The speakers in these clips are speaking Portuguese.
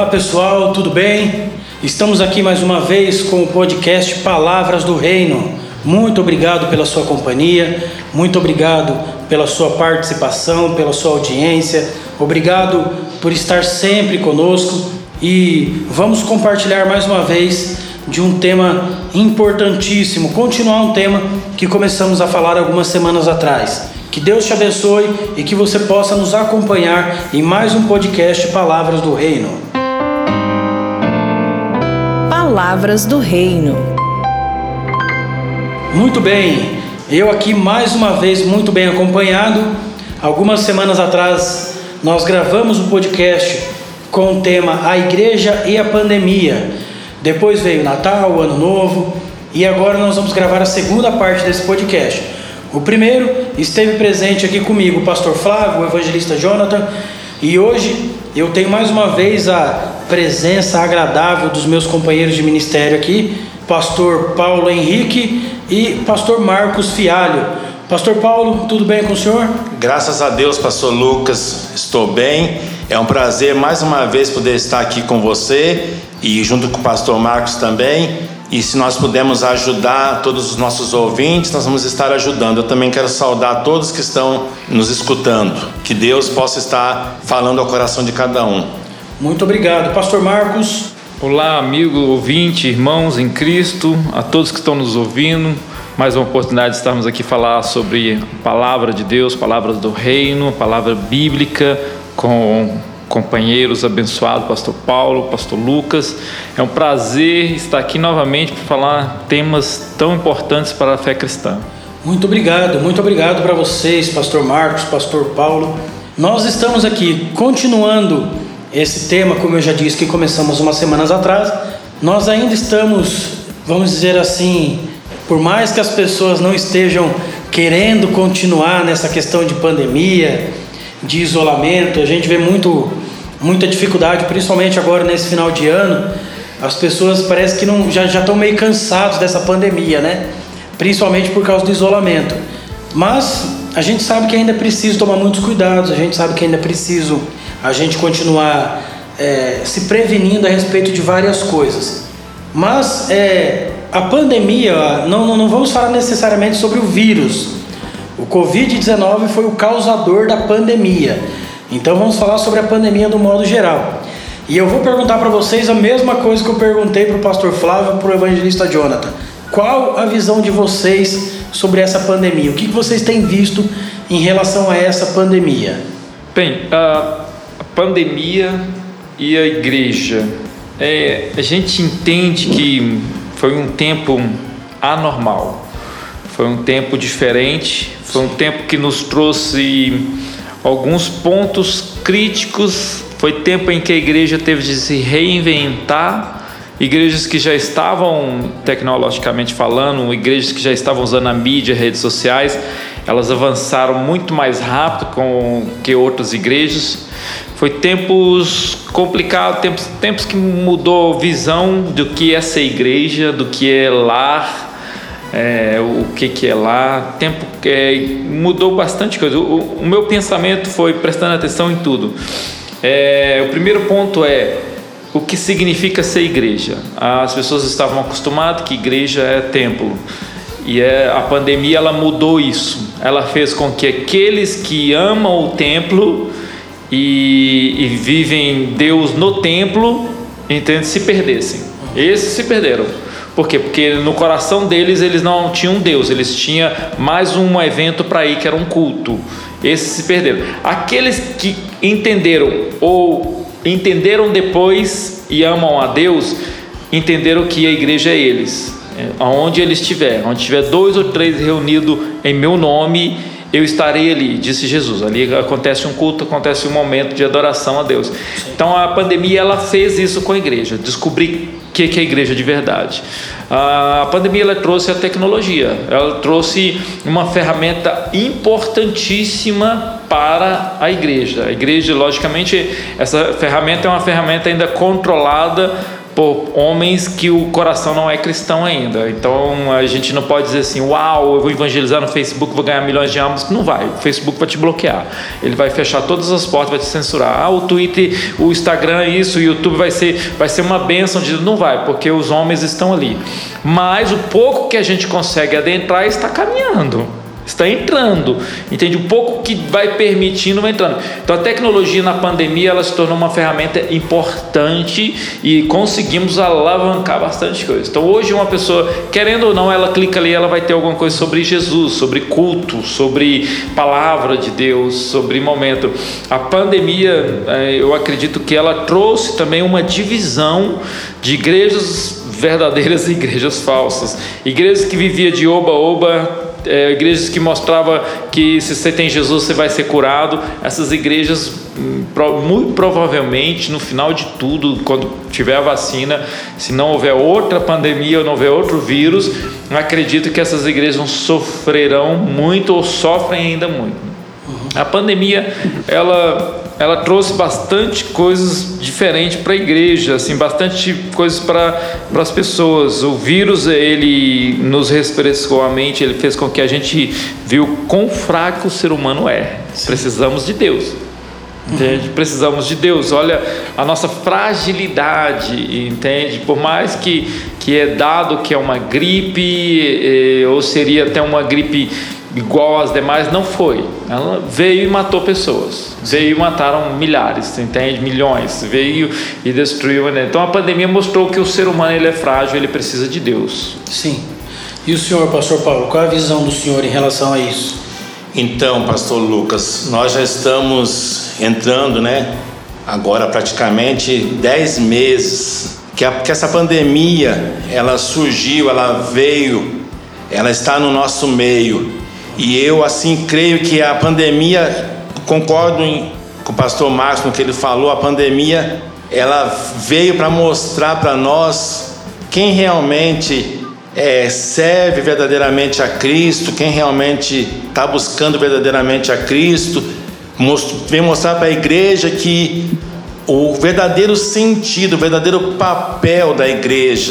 Olá pessoal, tudo bem? Estamos aqui mais uma vez com o podcast Palavras do Reino. Muito obrigado pela sua companhia, muito obrigado pela sua participação, pela sua audiência. Obrigado por estar sempre conosco e vamos compartilhar mais uma vez de um tema importantíssimo, continuar um tema que começamos a falar algumas semanas atrás. Que Deus te abençoe e que você possa nos acompanhar em mais um podcast Palavras do Reino. Palavras do Reino. Muito bem, eu aqui mais uma vez muito bem acompanhado. Algumas semanas atrás nós gravamos um podcast com o tema A Igreja e a Pandemia. Depois veio o Natal, o Ano Novo e agora nós vamos gravar a segunda parte desse podcast. O primeiro esteve presente aqui comigo o pastor Flávio, o evangelista Jonathan, e hoje eu tenho mais uma vez a presença agradável dos meus companheiros de ministério aqui, pastor Paulo Henrique e pastor Marcos Fialho. Pastor Paulo, tudo bem com o senhor? Graças a Deus, pastor Lucas, estou bem. É um prazer mais uma vez poder estar aqui com você e junto com o pastor Marcos também. E se nós pudermos ajudar todos os nossos ouvintes, nós vamos estar ajudando. Eu também quero saudar todos que estão nos escutando. Que Deus possa estar falando ao coração de cada um. Muito obrigado. Pastor Marcos. Olá, amigo, ouvinte, irmãos em Cristo, a todos que estão nos ouvindo. Mais uma oportunidade de estarmos aqui falar sobre a palavra de Deus, palavras do reino, palavra bíblica, com companheiros abençoados, pastor Paulo, pastor Lucas. É um prazer estar aqui novamente para falar temas tão importantes para a fé cristã. Muito obrigado para vocês, pastor Marcos, pastor Paulo. Nós estamos aqui continuando esse tema, como eu já disse, que começamos umas semanas atrás. Nós ainda estamos, vamos dizer assim, por mais que as pessoas não estejam querendo continuar nessa questão de pandemia, de isolamento, a gente vê muita dificuldade, principalmente agora nesse final de ano. As pessoas parece que já estão meio cansados dessa pandemia, né? Principalmente por causa do isolamento. Mas a gente sabe que ainda é preciso tomar muitos cuidados, a gente sabe que ainda é preciso a gente continuar se prevenindo a respeito de várias coisas. Mas a pandemia, não vamos falar necessariamente sobre o vírus. O Covid-19 foi o causador da pandemia. Então vamos falar sobre a pandemia do modo geral. E eu vou perguntar para vocês a mesma coisa que eu perguntei para o pastor Flávio e para o evangelista Jonathan. Qual a visão de vocês sobre essa pandemia? O que vocês têm visto em relação a essa pandemia? Bem, a pandemia e a igreja. A gente entende que foi um tempo anormal. Foi um tempo diferente, foi um tempo que nos trouxe alguns pontos críticos. Foi tempo em que a igreja teve de se reinventar. Igrejas que já estavam, tecnologicamente falando, igrejas que já estavam usando a mídia, redes sociais, elas avançaram muito mais rápido que outras igrejas. Foi tempos complicados, tempos que mudou a visão do que é ser igreja, do que é lar. O que é lá, tempo mudou bastante coisa. O meu pensamento foi prestando atenção em tudo. O primeiro ponto é o que significa ser igreja. As pessoas estavam acostumadas que igreja é templo, e a pandemia ela mudou isso. Ela fez com que aqueles que amam o templo e vivem Deus no templo, se perdessem. Esses se perderam. Por quê? Porque no coração deles eles não tinham Deus, eles tinham mais um evento para ir, que era um culto. Esses se perderam. Aqueles que entenderam depois e amam a Deus, entenderam que a igreja é eles. Aonde eles estiverem, onde tiver 2 ou 3 reunidos em meu nome, eu estarei ali, disse Jesus. Ali acontece um culto, acontece um momento de adoração a Deus. Então a pandemia ela fez isso com a igreja, descobrir o que é a igreja de verdade. A pandemia ela trouxe a tecnologia, ela trouxe uma ferramenta importantíssima para a igreja. A igreja, logicamente, essa ferramenta é uma ferramenta ainda controlada por homens que o coração não é cristão ainda. Então a gente não pode dizer assim, uau, eu vou evangelizar no Facebook, vou ganhar milhões de almas. Não vai, o Facebook vai te bloquear, ele vai fechar todas as portas, vai te censurar. O Twitter, o Instagram, isso, o YouTube vai ser uma bênção. Não vai, porque os homens estão ali, mas o pouco que a gente consegue adentrar está caminhando, está entrando, entende? O pouco que vai permitindo vai entrando. Então a tecnologia na pandemia, ela se tornou uma ferramenta importante e conseguimos alavancar bastante coisa. Então hoje uma pessoa, querendo ou não, ela clica ali, ela vai ter alguma coisa sobre Jesus, sobre culto, sobre palavra de Deus, sobre momento. A pandemia, eu acredito que ela trouxe também uma divisão de igrejas verdadeiras e igrejas falsas, igrejas que vivia de oba-oba, igrejas que mostrava que se você tem Jesus você vai ser curado. Essas igrejas, muito provavelmente no final de tudo, quando tiver a vacina, se não houver outra pandemia ou não houver outro vírus, acredito que essas igrejas sofrerão muito ou sofrem ainda muito. A pandemia, ela trouxe bastante coisas diferentes para a igreja, assim, bastante coisas para as pessoas. O vírus, ele nos refrescou a mente, ele fez com que a gente viu quão fraco o ser humano é. Sim. Precisamos de Deus, entende? Precisamos de Deus. Olha a nossa fragilidade, entende? Por mais que é dado que é uma gripe, ou seria até uma gripe igual às demais, não foi. Ela veio e matou pessoas, veio e mataram milhares, entende? Milhões, veio e destruiu. Então a pandemia mostrou que o ser humano, ele é frágil, ele precisa de Deus. Sim. E o senhor, pastor Paulo, qual é a visão do senhor em relação a isso? Então, pastor Lucas, nós já estamos entrando, agora praticamente 10 meses que essa pandemia, ela surgiu, ela veio, ela está no nosso meio. E eu, assim, creio que a pandemia, concordo com o pastor Marcos no que ele falou, a pandemia, ela veio para mostrar para nós quem realmente serve verdadeiramente a Cristo, quem realmente está buscando verdadeiramente a Cristo. Vem mostrar para a igreja que o verdadeiro sentido, o verdadeiro papel da igreja,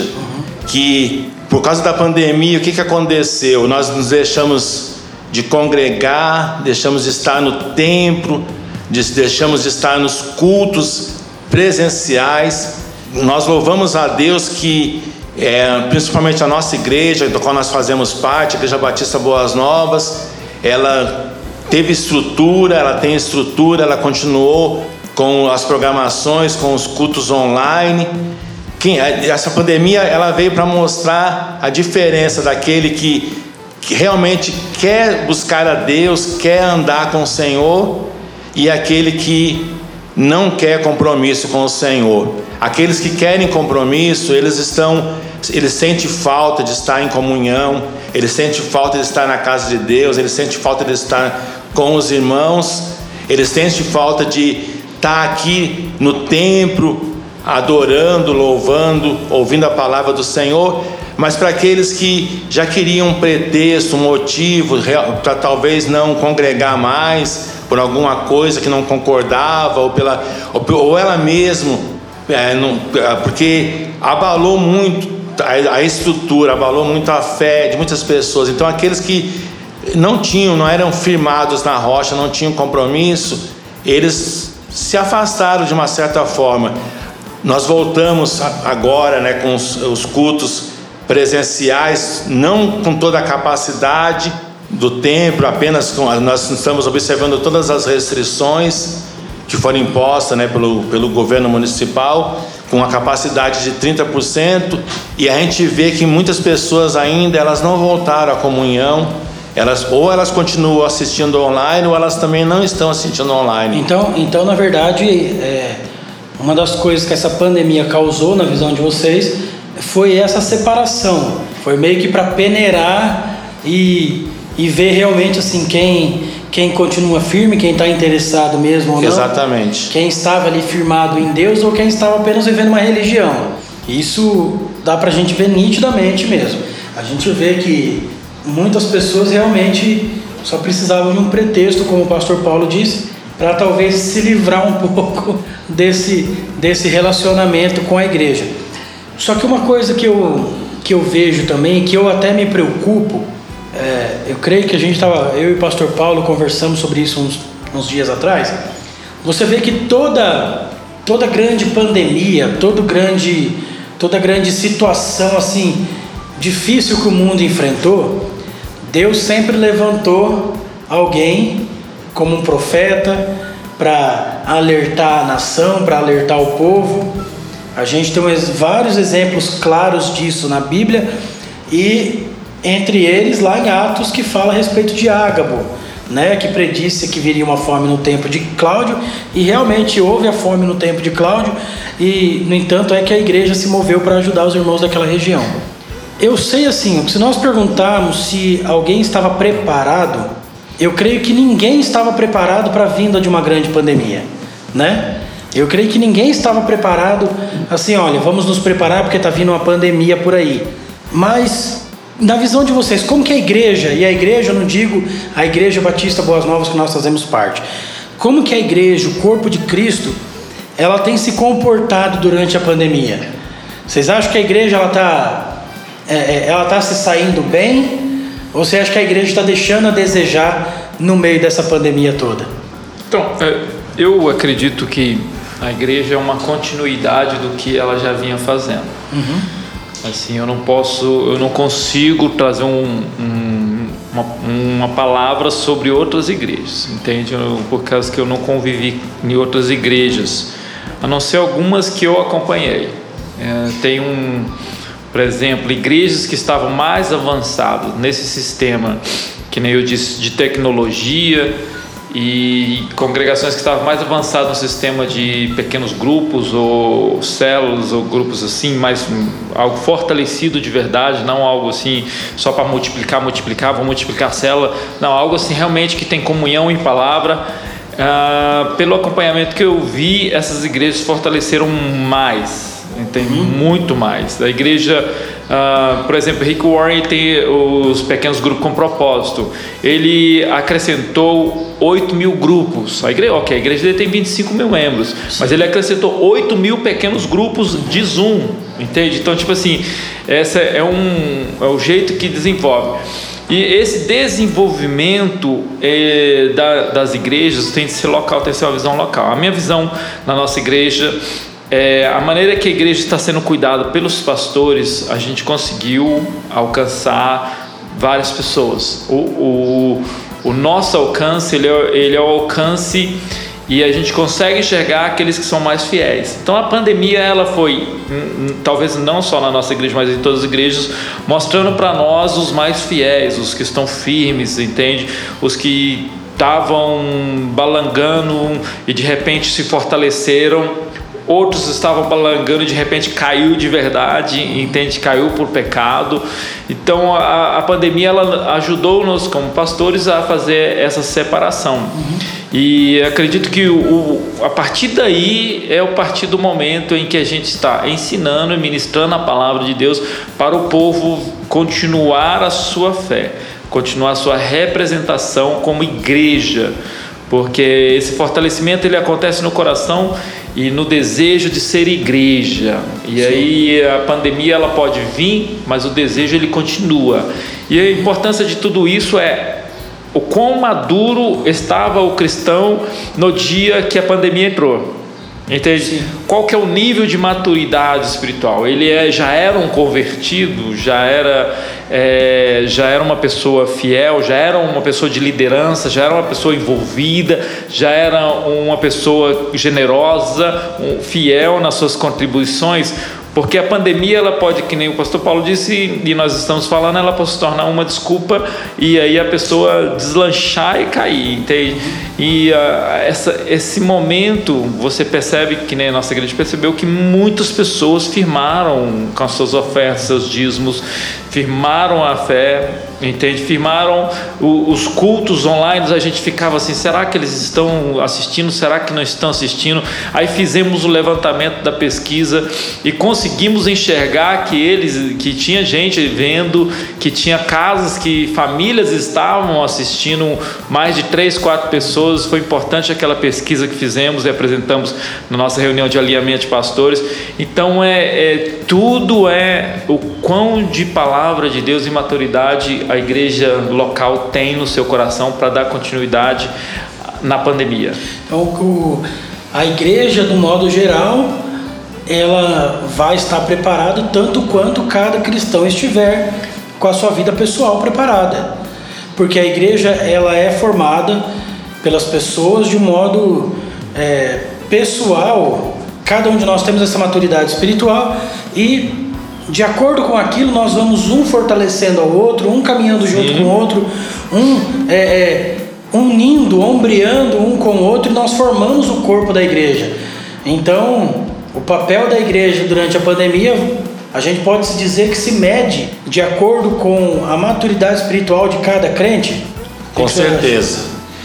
que por causa da pandemia, o que aconteceu? Nós nos deixamos de congregar, deixamos de estar no templo, deixamos de estar nos cultos presenciais. Nós louvamos a Deus que, principalmente a nossa igreja, da qual nós fazemos parte, a Igreja Batista Boas Novas, ela teve estrutura, ela tem estrutura, ela continuou com as programações, com os cultos online. Essa pandemia, ela veio para mostrar a diferença daquele que realmente quer buscar a Deus, quer andar com o Senhor, e aquele que não quer compromisso com o Senhor. Aqueles que querem compromisso, eles sentem falta de estar em comunhão, eles sentem falta de estar na casa de Deus, eles sentem falta de estar com os irmãos, eles sentem falta de estar aqui no templo, adorando, louvando, ouvindo a palavra do Senhor. Mas para aqueles que já queriam um pretexto, um motivo para talvez não congregar mais, por alguma coisa que não concordava, ou ela mesmo, porque abalou muito a estrutura, abalou muito a fé de muitas pessoas. Então aqueles que não eram firmados na rocha, não tinham compromisso, eles se afastaram de uma certa forma. Nós voltamos agora, com os cultos presenciais, não com toda a capacidade do templo, nós estamos observando todas as restrições que foram impostas, pelo governo municipal, com a capacidade de 30%, e a gente vê que muitas pessoas ainda, elas não voltaram à comunhão, ou elas continuam assistindo online, ou elas também não estão assistindo online. Então na verdade, uma das coisas que essa pandemia causou, na visão de vocês, foi essa separação. Foi meio que para peneirar e ver realmente assim quem continua firme, quem está interessado mesmo ou não. Exatamente. Quem estava ali firmado em Deus ou quem estava apenas vivendo uma religião. Isso dá para a gente ver nitidamente mesmo. A gente vê que muitas pessoas realmente só precisavam de um pretexto, como o pastor Paulo disse, para talvez se livrar um pouco desse relacionamento com a igreja. Só que uma coisa que eu vejo também, que eu até me preocupo, eu creio que eu e o pastor Paulo conversamos sobre isso uns dias atrás. Você vê que toda grande pandemia, toda grande situação assim difícil que o mundo enfrentou, Deus sempre levantou alguém como um profeta para alertar a nação, para alertar o povo. A gente tem vários exemplos claros disso na Bíblia, e entre eles lá em Atos, que fala a respeito de Ágabo, né, que predisse que viria uma fome no tempo de Cláudio, e realmente houve a fome no tempo de Cláudio, e no entanto é que a igreja se moveu para ajudar os irmãos daquela região. Eu sei assim, se nós perguntarmos se alguém estava preparado, eu creio que ninguém estava preparado para a vinda de uma grande pandemia, né? Eu creio que ninguém estava preparado, assim, olha, vamos nos preparar porque está vindo uma pandemia por aí. Mas, na visão de vocês, como que a igreja, e a igreja, eu não digo a Igreja Batista Boas Novas que nós fazemos parte, como que a igreja, o corpo de Cristo, ela tem se comportado durante a pandemia? Vocês acham que a igreja ela está se saindo bem? Ou você acha que a igreja está deixando a desejar no meio dessa pandemia toda? Então, eu acredito que a igreja é uma continuidade do que ela já vinha fazendo. Assim, eu não consigo trazer uma palavra sobre outras igrejas, entende? Por causa que eu não convivi em outras igrejas, a não ser algumas que eu acompanhei. Por exemplo, igrejas que estavam mais avançadas nesse sistema, que nem eu disse, de tecnologia, e congregações que estavam mais avançadas no sistema de pequenos grupos ou células ou grupos assim, mais algo fortalecido de verdade, não algo assim só para multiplicar, vou multiplicar a célula, não, algo assim realmente que tem comunhão em palavra. Pelo acompanhamento que eu vi, essas igrejas fortaleceram mais, entende? Muito mais. A igreja, por exemplo, Rick Warren tem os pequenos grupos com propósito. Ele acrescentou 8.000 grupos. A igreja dele tem 25 mil membros, mas ele acrescentou 8.000 pequenos grupos de Zoom, entende? Então, tipo assim, esse é o jeito que desenvolve. E esse desenvolvimento das igrejas tem que ser local, tem que ser uma visão local. A minha visão na nossa igreja, a maneira que a igreja está sendo cuidada pelos pastores, a gente conseguiu alcançar várias pessoas. O nosso alcance, ele é o alcance, e a gente consegue enxergar aqueles que são mais fiéis. Então a pandemia, ela foi, talvez não só na nossa igreja, mas em todas as igrejas, mostrando para nós os mais fiéis, os que estão firmes, entende? Os que estavam balangando e de repente se fortaleceram. Outros estavam balangando e de repente caiu de verdade, entende? Caiu por pecado. Então a pandemia, ela ajudou-nos como pastores a fazer essa separação. E acredito que a partir daí é partir do momento em que a gente está ensinando e ministrando a palavra de Deus para o povo continuar a sua fé, continuar a sua representação como igreja, porque esse fortalecimento, ele acontece no coração e no desejo de ser igreja. E sim, aí a pandemia, ela pode vir, mas o desejo, ele continua. E a importância de tudo isso é o quão maduro estava o cristão no dia que a pandemia entrou. Entende? Sim. Qual que é o nível de maturidade espiritual? Ele já era um convertido, já era uma pessoa fiel, já era uma pessoa de liderança, já era uma pessoa envolvida, já era uma pessoa generosa, fiel nas suas contribuições. Porque a pandemia, ela pode, que nem o pastor Paulo disse, e nós estamos falando, ela pode se tornar uma desculpa, e aí a pessoa deslanchar e cair, entende? E esse momento, você percebe, que nem a nossa igreja percebeu, que muitas pessoas firmaram com as suas ofertas, seus dízimos, firmaram a fé, entende? Firmaram os cultos online. A gente ficava assim, será que eles estão assistindo? Será que não estão assistindo? Aí fizemos o levantamento da pesquisa e conseguimos enxergar que tinha gente vendo, que tinha casas, que famílias estavam assistindo, mais de 3, 4 pessoas. Foi importante aquela pesquisa que fizemos e apresentamos na nossa reunião de alinhamento de pastores. Então tudo é o quão de palavra de Deus e maturidade a igreja local tem no seu coração para dar continuidade na pandemia. Então, a igreja, do modo geral, ela vai estar preparada tanto quanto cada cristão estiver com a sua vida pessoal preparada, porque a igreja ela é formada pelas pessoas de um modo pessoal. Cada um de nós temos essa maturidade espiritual e, de acordo com aquilo, nós vamos um fortalecendo ao outro, um caminhando junto com o outro, unindo, ombreando um com o outro, e nós formamos o corpo da igreja. Então, o papel da igreja durante a pandemia, a gente pode se dizer que se mede de acordo com a maturidade espiritual de cada crente? Com certeza.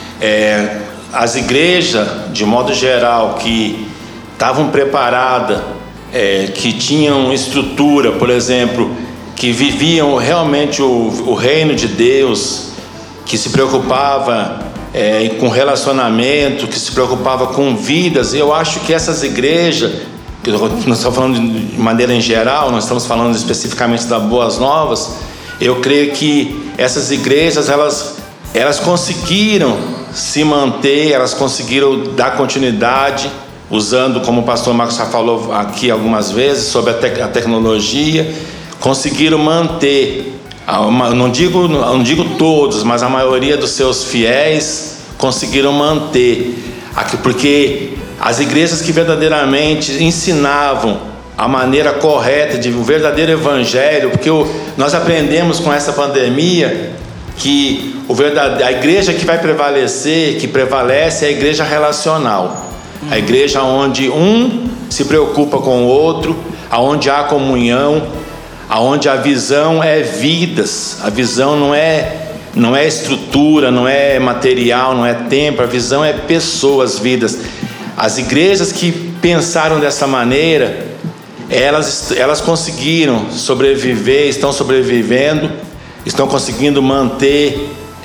As igrejas, de modo geral, que estavam preparadas, que tinham estrutura, por exemplo, que viviam realmente o reino de Deus, que se preocupava com relacionamento, que se preocupava com vidas. Eu acho que essas igrejas, nós estamos falando de maneira em geral, nós estamos falando especificamente das Boas Novas, eu creio que essas igrejas, elas conseguiram se manter, elas conseguiram dar continuidade, usando, como o pastor Marcos já falou aqui algumas vezes, sobre a tecnologia, conseguiram manter, não digo todos, mas a maioria dos seus fiéis conseguiram manter, porque as igrejas que verdadeiramente ensinavam a maneira correta de um verdadeiro evangelho, porque nós aprendemos com essa pandemia que a igreja que vai prevalecer, que prevalece, é a igreja relacional. A igreja onde um se preocupa com o outro, aonde há comunhão, aonde a visão é vidas. A visão não é estrutura, não é material, não é tempo. A visão é pessoas, vidas. As igrejas que pensaram dessa maneira, elas conseguiram sobreviver, estão sobrevivendo, estão conseguindo manter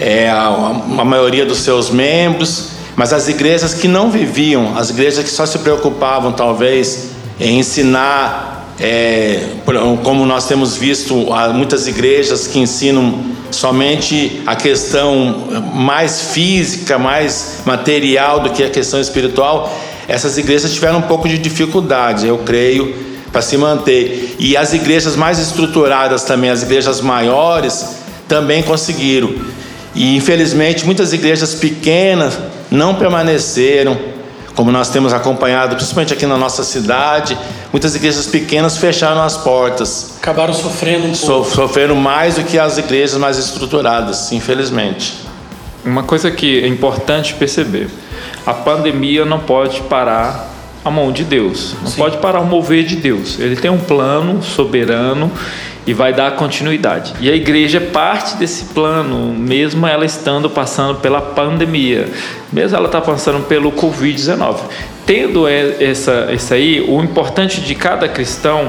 a maioria dos seus membros. Mas as igrejas que não viviam, as igrejas que só se preocupavam talvez em ensinar, como nós temos visto muitas igrejas que ensinam somente a questão mais física, mais material do que a questão espiritual, essas igrejas tiveram um pouco de dificuldade, eu creio, para se manter. E as igrejas mais estruturadas também, as igrejas maiores, também conseguiram. E infelizmente muitas igrejas pequenas não permaneceram, como nós temos acompanhado, principalmente aqui na nossa cidade. Muitas igrejas pequenas fecharam as portas. Acabaram sofrendo um pouco. Sofreram mais do que as igrejas mais estruturadas, infelizmente. Uma coisa que é importante perceber: a pandemia não pode parar a mão de Deus, não pode parar o mover de Deus. Ele tem um plano soberano e vai dar continuidade. E a igreja é parte desse plano, mesmo ela estando passando pela pandemia, mesmo ela está passando pelo Covid-19. Tendo essa aí, o importante de cada cristão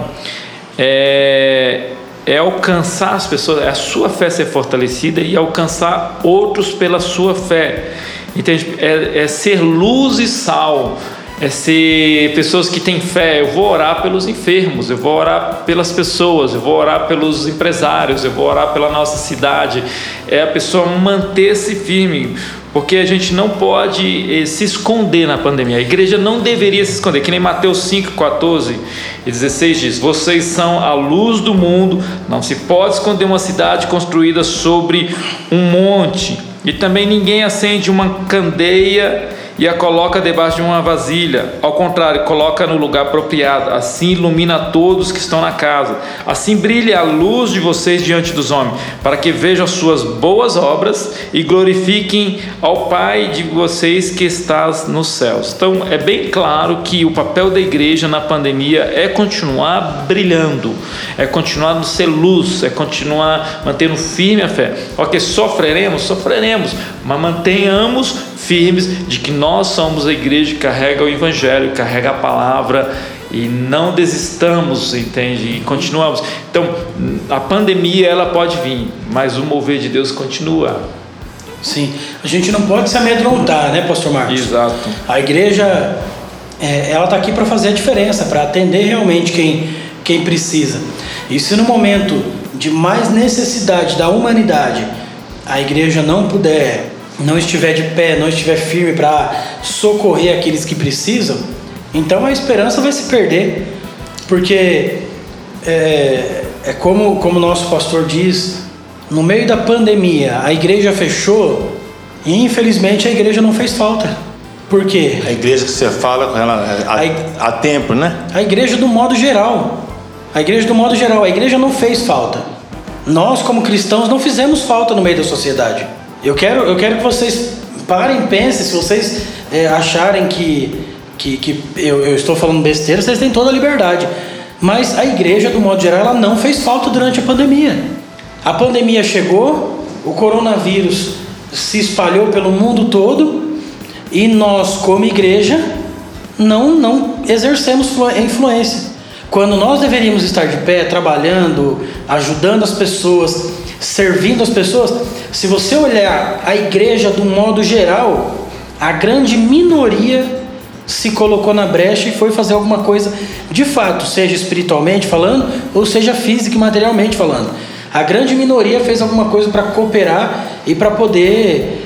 é alcançar as pessoas, é a sua fé ser fortalecida e alcançar outros pela sua fé. Entende? É ser luz e sal. É ser pessoas que têm fé. Eu vou orar pelos enfermos, eu vou orar pelas pessoas, eu vou orar pelos empresários, eu vou orar pela nossa cidade. É a pessoa manter-se firme, porque a gente não pode se esconder na pandemia. A igreja não deveria se esconder, que nem Mateus 5, 14 e 16 diz: vocês são a luz do mundo, não se pode esconder uma cidade construída sobre um monte. E também ninguém acende uma candeia e a coloca debaixo de uma vasilha. Ao contrário, coloca no lugar apropriado. Assim ilumina todos que estão na casa. Assim brilhe a luz de vocês diante dos homens, para que vejam as suas boas obras e glorifiquem ao Pai de vocês que está nos céus. Então é bem claro que o papel da igreja na pandemia é continuar brilhando, é continuar ser luz, é continuar mantendo firme a fé. Ok, sofreremos, mas mantenhamos firmes de que nós somos a igreja que carrega o evangelho, carrega a palavra, e não desistamos, entende? E continuamos. Então a pandemia ela pode vir, mas o mover de Deus continua. Sim, a gente não pode se amedrontar, né, pastor Marcos? Exato. A igreja ela está aqui para fazer a diferença, para atender realmente quem precisa. E se no momento de mais necessidade da humanidade a igreja não estiver de pé, não estiver firme para socorrer aqueles que precisam, então a esperança vai se perder, porque como o nosso pastor diz, no meio da pandemia a igreja fechou e infelizmente a igreja não fez falta. Por quê? A igreja que você fala com ela há tempo, né? A igreja do modo geral. A igreja não fez falta. Nós como cristãos não fizemos falta no meio da sociedade. Eu quero que vocês parem e pensem. Se vocês acharem que eu estou falando besteira, vocês têm toda a liberdade. Mas a igreja do modo geral ela não fez falta durante a pandemia. A pandemia chegou, o coronavírus se espalhou pelo mundo todo e nós como igreja não exercemos influência. Quando nós deveríamos estar de pé, trabalhando, ajudando as pessoas, servindo as pessoas, se você olhar a igreja do modo geral, a grande minoria se colocou na brecha e foi fazer alguma coisa de fato, seja espiritualmente falando, ou seja física e materialmente falando. A grande minoria fez alguma coisa para cooperar e para poder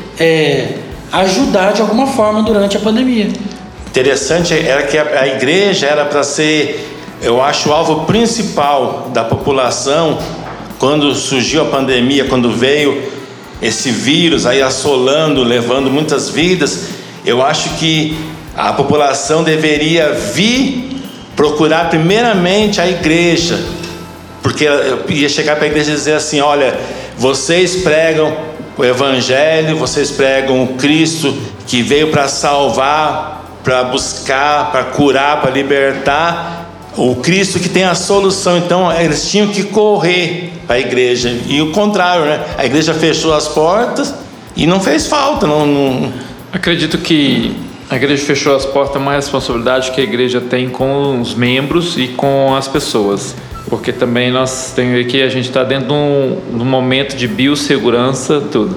ajudar de alguma forma durante a pandemia. Interessante era que a igreja era para ser, eu acho, o alvo principal da população quando surgiu a pandemia, quando veio esse vírus aí assolando, levando muitas vidas. Eu acho que a população deveria vir procurar primeiramente a igreja, porque eu ia chegar para a igreja e dizer assim: olha, vocês pregam o evangelho, vocês pregam o Cristo que veio para salvar, para buscar, para curar, para libertar, o Cristo que tem a solução. Então eles tinham que correr para a igreja, e o contrário, né? A igreja fechou as portas e não fez falta. Não... Acredito que a igreja fechou as portas, uma responsabilidade que a igreja tem com os membros e com as pessoas, porque também nós temos aqui, a gente está dentro de um momento de biossegurança, tudo.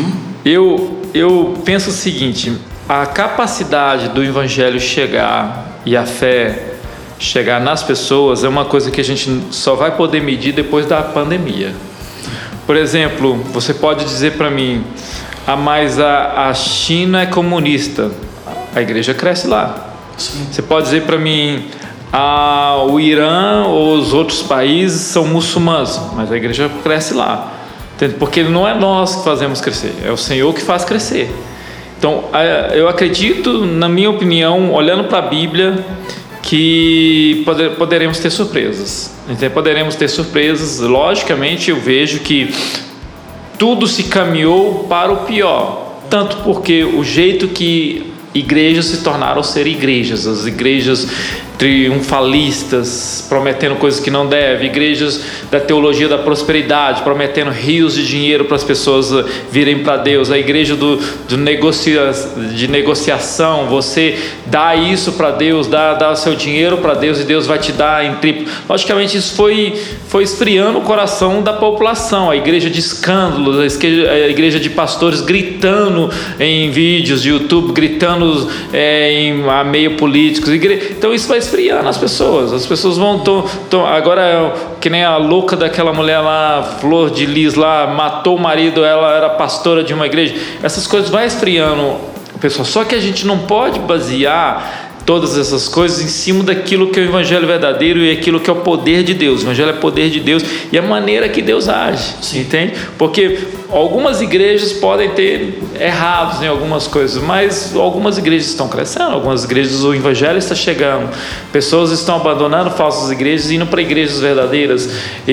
Eu penso o seguinte: a capacidade do evangelho chegar e a fé chegar nas pessoas é uma coisa que a gente só vai poder medir depois da pandemia. Por exemplo, você pode dizer para mim: mas a China é comunista. A igreja cresce lá. Sim. Você pode dizer para mim: o Irã ou os outros países são muçulmanos, mas a igreja cresce lá. Porque não é nós que fazemos crescer, é o Senhor que faz crescer. Então, eu acredito, na minha opinião, olhando para a Bíblia, que poderemos ter surpresas. Poderemos ter surpresas. Logicamente, eu vejo que tudo se caminhou para o pior, tanto porque o jeito que igrejas se tornaram ser igrejas, as igrejas triunfalistas, prometendo coisas que não devem, igrejas da teologia da prosperidade, prometendo rios de dinheiro para as pessoas virem para Deus, a igreja de negociação, você dá isso para Deus, dá o seu dinheiro para Deus e Deus vai te dar em triplo. Logicamente isso foi esfriando o coração da população, a igreja de escândalos, a igreja de pastores gritando em vídeos de YouTube, gritando em meio políticos, então isso vai esfriando as pessoas vão agora, que nem a louca daquela mulher lá, Flor de Lis lá, matou o marido, ela era pastora de uma igreja. Essas coisas vai esfriando o pessoal. Só que a gente não pode basear todas essas coisas em cima daquilo que é o evangelho verdadeiro e aquilo que é o poder de Deus. O evangelho é poder de Deus e a maneira que Deus age, entende? Porque algumas igrejas podem ter errados em algumas coisas, mas algumas igrejas estão crescendo, algumas igrejas o evangelho está chegando, pessoas estão abandonando falsas igrejas e indo para igrejas verdadeiras,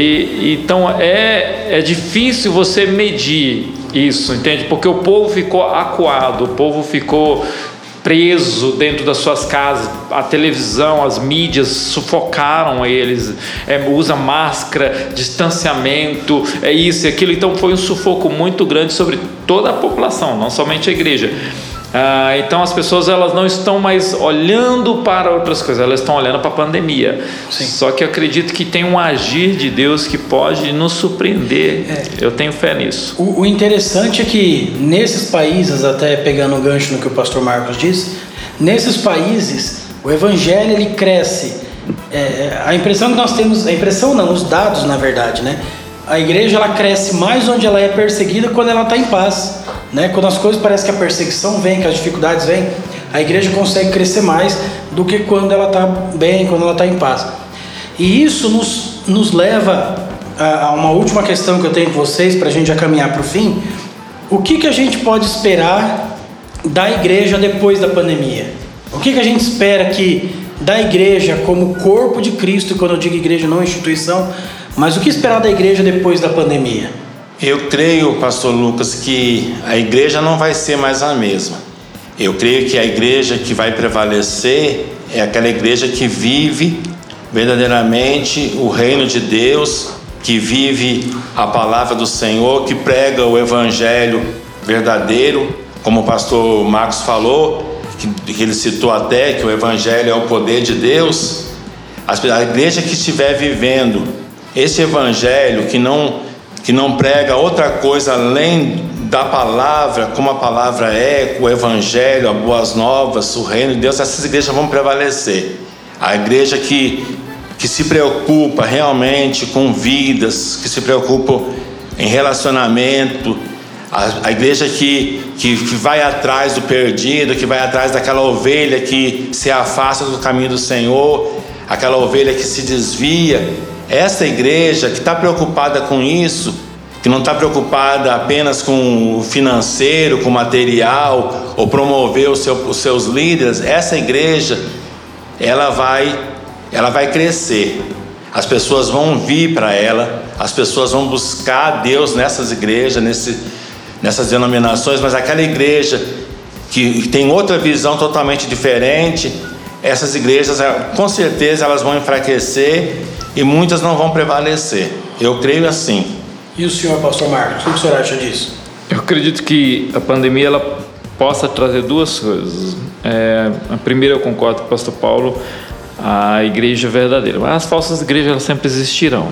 e então é difícil você medir isso, entende? Porque o povo ficou acuado, o povo ficou preso dentro das suas casas, a televisão, as mídias sufocaram eles, usa máscara, distanciamento, isso e aquilo, então foi um sufoco muito grande sobre toda a população, não somente a igreja. Então as pessoas elas não estão mais olhando para outras coisas, elas estão olhando para a pandemia. Sim. Só que eu acredito que tem um agir de Deus que pode nos surpreender. Eu tenho fé nisso. O interessante é que nesses países, até pegando o gancho no que o pastor Marcos disse, nesses países o evangelho ele cresce. A impressão que nós temos, a impressão não, os dados na verdade, né? A igreja ela cresce mais onde ela é perseguida, quando ela está em paz, né? Quando as coisas parecem que a perseguição vem, que as dificuldades vêm, a igreja consegue crescer mais do que quando ela está bem, quando ela está em paz. E isso nos leva a uma última questão que eu tenho com vocês, para a gente já caminhar para o fim. O que a gente pode esperar da igreja depois da pandemia? O que a gente espera que da igreja como corpo de Cristo, quando eu digo igreja não instituição, mas o que esperar da igreja depois da pandemia? Eu creio, pastor Lucas, que a igreja não vai ser mais a mesma. Eu creio que a igreja que vai prevalecer é aquela igreja que vive verdadeiramente o reino de Deus, que vive a palavra do Senhor, que prega o evangelho verdadeiro, como o pastor Marcos falou, que ele citou até que o evangelho é o poder de Deus. A igreja que estiver vivendo esse evangelho, que não prega outra coisa além da palavra, como a palavra é, o evangelho, as boas novas, o reino de Deus, essas igrejas vão prevalecer. A igreja que se preocupa realmente com vidas, que se preocupa em relacionamento, a igreja que vai atrás do perdido, que vai atrás daquela ovelha que se afasta do caminho do Senhor, aquela ovelha que se desvia. Essa igreja que está preocupada com isso, que não está preocupada apenas com o financeiro, com o material, ou promover os seus líderes, essa igreja, ela vai crescer. As pessoas vão vir para ela, as pessoas vão buscar Deus nessas igrejas, nessas denominações, mas aquela igreja que tem outra visão totalmente diferente, essas igrejas, com certeza, elas vão enfraquecer e muitas não vão prevalecer. Eu creio assim. E o senhor, pastor Marcos, o que o senhor acha disso? Eu acredito que a pandemia ela possa trazer duas coisas. A primeira, eu concordo com o pastor Paulo, a igreja verdadeira. Mas as falsas igrejas elas sempre existirão.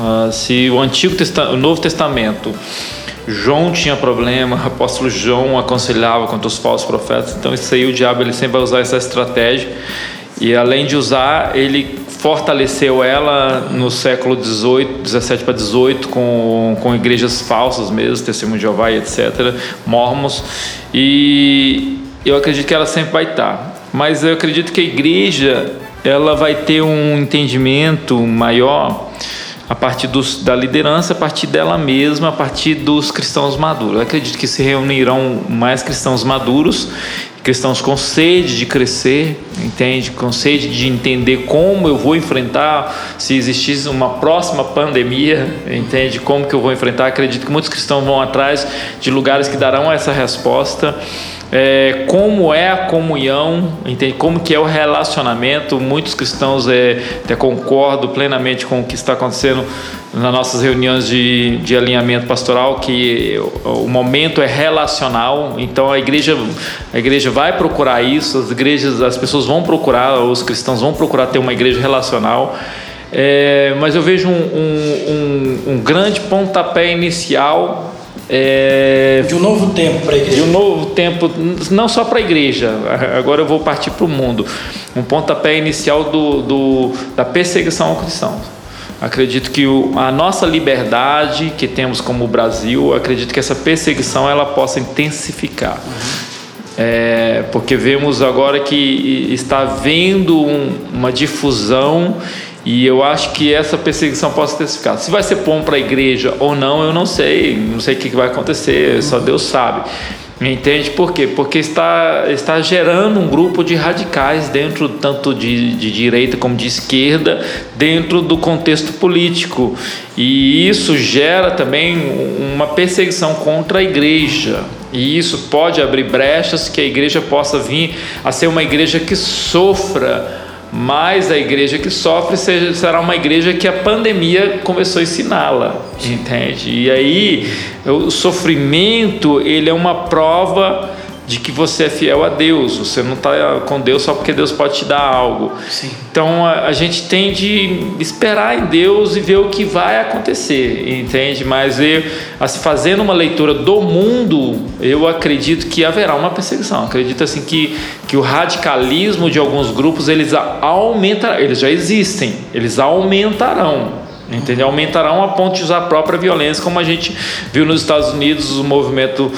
Se o Novo Testamento, João tinha problema, o apóstolo João aconselhava contra os falsos profetas, então isso aí o diabo ele sempre vai usar essa estratégia, e além de usar, ele fortaleceu ela no século 17 para 18 com igrejas falsas mesmo, Testemunho de Jeová e etc, Mormons, e eu acredito que ela sempre vai estar, mas eu acredito que a igreja ela vai ter um entendimento maior a partir da liderança, a partir dela mesma, a partir dos cristãos maduros. Eu acredito que se reunirão mais cristãos maduros, cristãos com sede de crescer, entende? Com sede de entender como eu vou enfrentar, se existisse uma próxima pandemia, entende? Como que eu vou enfrentar? Acredito que muitos cristãos vão atrás de lugares que darão essa resposta. Como é a comunhão, entende? Como que é o relacionamento. Muitos cristãos até concordo plenamente com o que está acontecendo nas nossas reuniões de alinhamento pastoral, que o momento é relacional. Então a igreja vai procurar isso, as pessoas vão procurar, os cristãos vão procurar ter uma igreja relacional. Mas eu vejo um grande pontapé inicial de um novo tempo para a igreja. De um novo tempo, não só para a igreja, agora eu vou partir para o mundo. Um pontapé inicial da perseguição ao cristão. Acredito que a nossa liberdade que temos como Brasil, acredito que essa perseguição ela possa intensificar. porque vemos agora que está havendo uma difusão, e eu acho que essa perseguição pode ter ficado. Se vai ser bom para a igreja ou não, eu não sei o que vai acontecer, só Deus sabe. Entende por quê? Porque está gerando um grupo de radicais dentro tanto de direita como de esquerda, dentro do contexto político, e isso gera também uma perseguição contra a igreja, e isso pode abrir brechas que a igreja possa vir a ser uma igreja que sofra. Mas a igreja que sofre será uma igreja que a pandemia começou a ensiná-la, entende? E aí o sofrimento, ele é uma prova de que você é fiel a Deus. Você não está com Deus só porque Deus pode te dar algo. Sim. Então a gente tem de esperar em Deus e ver o que vai acontecer, entende? Mas fazendo uma leitura do mundo, eu acredito que haverá uma perseguição. Acredito assim que o radicalismo de alguns grupos, eles aumentarão. Eles já existem, eles aumentarão. Entendeu? Aumentarão a ponto de usar a própria violência, como a gente viu nos Estados Unidos, o movimento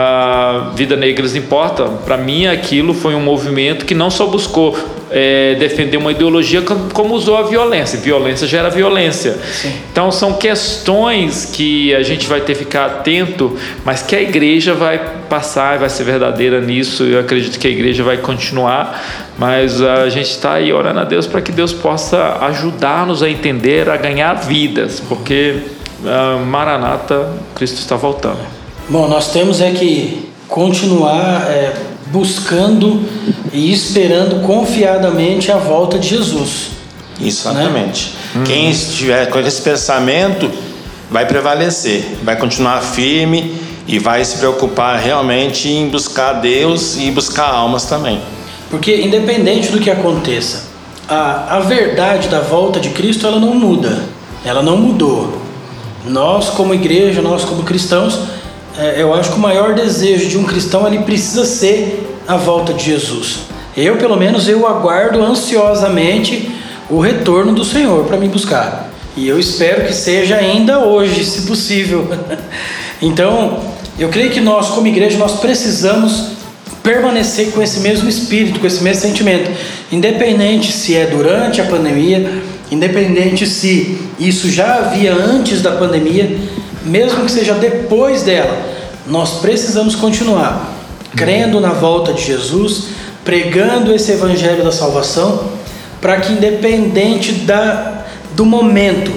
Vida Negras Importa. Para mim, aquilo foi um movimento que não só buscou defender uma ideologia, como usou a violência. Violência gera violência. Sim. Então são questões que a gente vai ter que ficar atento, mas que a igreja vai passar e vai ser verdadeira nisso. Eu acredito que a igreja vai continuar, mas a gente está aí orando a Deus para que Deus possa ajudar-nos a entender, a ganhar vidas, porque Maranata, Cristo está voltando. Bom, nós temos que continuar buscando e esperando confiadamente a volta de Jesus. Exatamente. Né? Quem estiver com esse pensamento vai prevalecer, vai continuar firme e vai se preocupar realmente em buscar Deus e buscar almas também. Porque independente do que aconteça, a verdade da volta de Cristo, ela não muda, ela não mudou. Nós como igreja, nós como cristãos, eu acho que o maior desejo de um cristão, ele precisa ser a volta de Jesus. Eu, pelo menos, eu aguardo ansiosamente o retorno do Senhor para me buscar. E eu espero que seja ainda hoje, se possível. Então, eu creio que nós, como igreja, nós precisamos permanecer com esse mesmo espírito, com esse mesmo sentimento. Independente se é durante a pandemia, independente se isso já havia antes da pandemia, mesmo que seja depois dela, nós precisamos continuar crendo na volta de Jesus, pregando esse evangelho da salvação, para que independente do momento,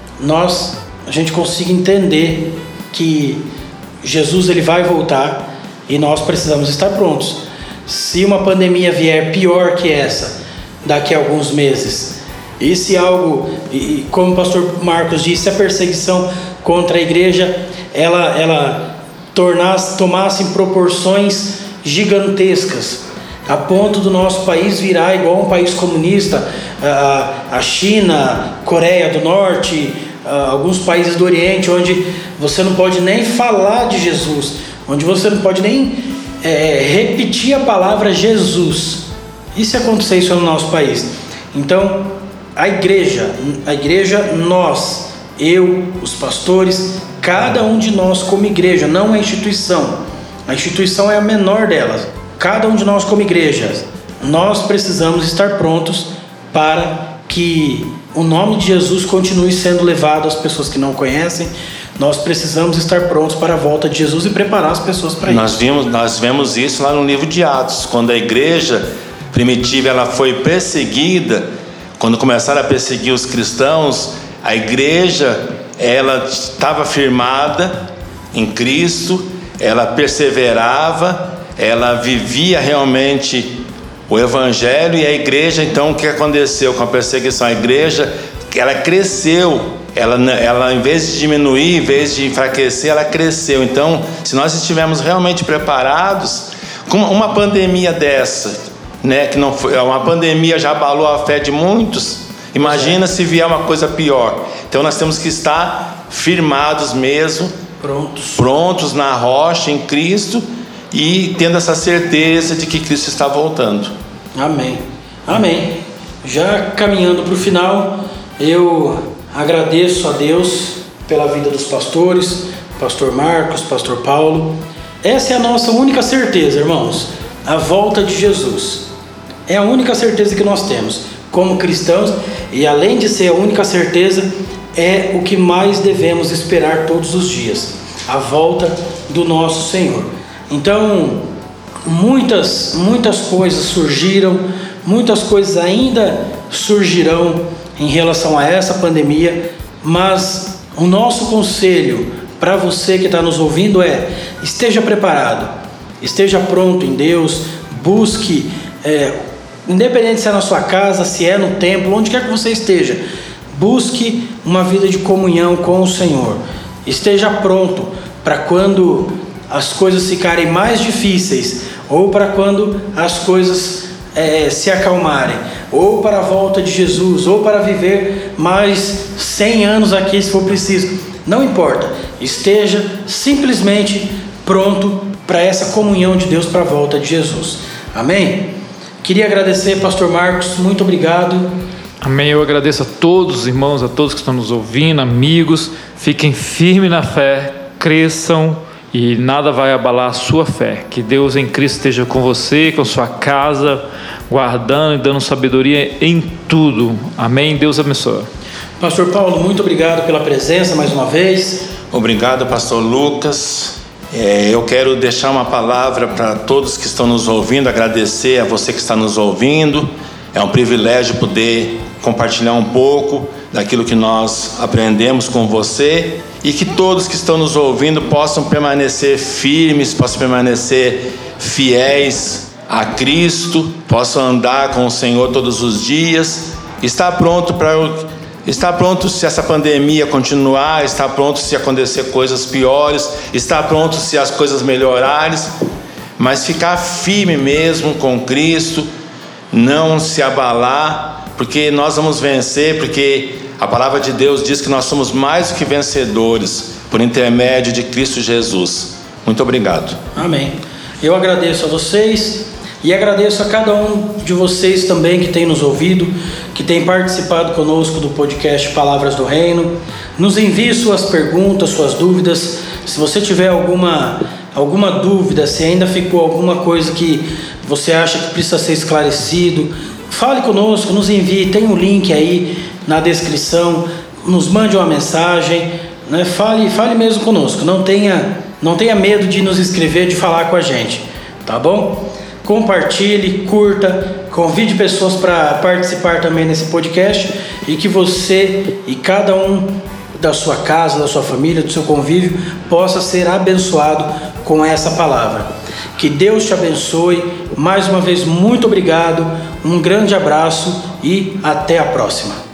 a gente consiga entender que Jesus ele vai voltar e nós precisamos estar prontos. Se uma pandemia vier pior que essa daqui a alguns meses, e se algo, como o pastor Marcos disse, a perseguição contra a igreja ela tomassem proporções gigantescas, a ponto do nosso país virar igual um país comunista, a China, Coreia do Norte, alguns países do Oriente, onde você não pode nem falar de Jesus, onde você não pode nem repetir a palavra Jesus. E se acontecer isso no nosso país? Então, a igreja, nós, eu, os pastores, cada um de nós como igreja, não a instituição. A instituição é a menor delas. Cada um de nós como igreja, nós precisamos estar prontos para que o nome de Jesus continue sendo levado às pessoas que não conhecem. Nós precisamos estar prontos para a volta de Jesus e preparar as pessoas para isso. Nós vemos isso lá no livro de Atos, quando a igreja primitiva ela foi perseguida, quando começaram a perseguir os cristãos, a igreja ela estava firmada em Cristo, ela perseverava, ela vivia realmente o evangelho, e a igreja, então, o que aconteceu com a perseguição? A igreja, ela cresceu, ela em vez de diminuir, em vez de enfraquecer, ela cresceu. Então, se nós estivermos realmente preparados, com uma pandemia dessa, né, que não foi, uma pandemia já abalou a fé de muitos, imagina se vier uma coisa pior. Então nós temos que estar firmados mesmo, prontos na rocha, em Cristo, e tendo essa certeza de que Cristo está voltando. Amém, amém. Já caminhando para o final, eu agradeço a Deus pela vida dos pastores, pastor Marcos, pastor Paulo. Essa é a nossa única certeza, irmãos. a volta de Jesus. É a única certeza que nós temos como cristãos, e além de ser a única certeza, é o que mais devemos esperar todos os dias, a volta do nosso Senhor. Então, muitas coisas surgiram, muitas coisas ainda surgirão em relação a essa pandemia, mas o nosso conselho para você que está nos ouvindo é: esteja preparado, esteja pronto em Deus, busque, independente se é na sua casa, se é no templo, onde quer que você esteja, busque uma vida de comunhão com o Senhor. Esteja pronto para quando as coisas ficarem mais difíceis, ou para quando as coisas se acalmarem, ou para a volta de Jesus, ou para viver mais 100 anos aqui se for preciso. Não importa, esteja simplesmente pronto para essa comunhão de Deus, para a volta de Jesus. Amém? Queria agradecer, pastor Marcos, muito obrigado. Amém, eu agradeço a todos os irmãos, a todos que estão nos ouvindo, amigos. Fiquem firmes na fé, cresçam e nada vai abalar a sua fé. Que Deus em Cristo esteja com você, com sua casa, guardando e dando sabedoria em tudo. Amém, Deus abençoe. Pastor Paulo, muito obrigado pela presença mais uma vez. Obrigado, pastor Lucas. Eu quero deixar uma palavra para todos que estão nos ouvindo, agradecer a você que está nos ouvindo. É um privilégio poder compartilhar um pouco daquilo que nós aprendemos com você, e que todos que estão nos ouvindo possam permanecer firmes, possam permanecer fiéis a Cristo, possam andar com o Senhor todos os dias, estar pronto se essa pandemia continuar, estar pronto se acontecer coisas piores, estar pronto se as coisas melhorarem, mas ficar firme mesmo com Cristo, não se abalar, porque nós vamos vencer, porque a palavra de Deus diz que nós somos mais do que vencedores por intermédio de Cristo Jesus. Muito obrigado. Amém. Eu agradeço a vocês e agradeço a cada um de vocês também que tem nos ouvido, que tem participado conosco do podcast Palavras do Reino. Nos envie suas perguntas, suas dúvidas. Se você tiver alguma dúvida, se ainda ficou alguma coisa que você acha que precisa ser esclarecido, fale conosco, nos envie, tem um link aí na descrição, nos mande uma mensagem, né? Fale mesmo conosco, não tenha medo de nos escrever, de falar com a gente, tá bom? Compartilhe, curta, convide pessoas para participar também nesse podcast, e que você e cada um da sua casa, da sua família, do seu convívio possa ser abençoado com essa palavra. Que Deus te abençoe. Mais uma vez, muito obrigado, um grande abraço e até a próxima.